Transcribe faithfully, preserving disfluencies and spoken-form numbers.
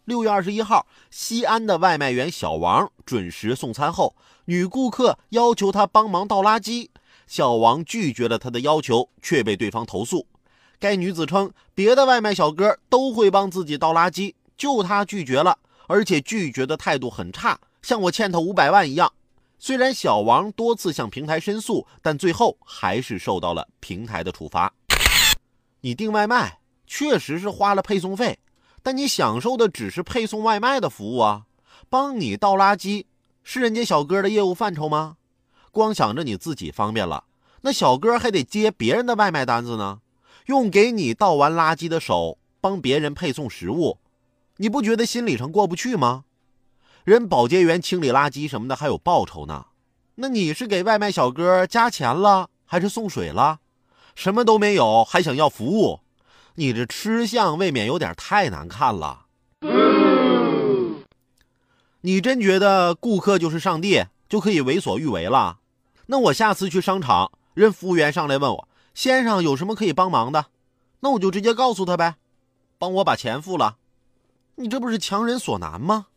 六月二十一号，西安的外卖员小王准时送餐后，女顾客要求他帮忙倒垃圾，小王拒绝了他的要求，却被对方投诉。该女子称，别的外卖小哥都会帮自己倒垃圾，就他拒绝了，而且拒绝的态度很差，像我欠他五百万一样。虽然小王多次向平台申诉，但最后还是受到了平台的处罚。你订外卖确实是花了配送费，但你享受的只是配送外卖的服务啊，帮你倒垃圾是人家小哥的业务范畴吗？光想着你自己方便了，那小哥还得接别人的外卖单子呢，用给你倒完垃圾的手帮别人配送食物，你不觉得心理上过不去吗？人保洁员清理垃圾什么的还有报酬呢，那你是给外卖小哥加钱了还是送水了？什么都没有还想要服务，你这吃相未免有点太难看了。你真觉得顾客就是上帝就可以为所欲为了？那我下次去商场，人服务员上来问我，先生有什么可以帮忙的，那我就直接告诉他呗，帮我把钱付了。你这不是强人所难吗？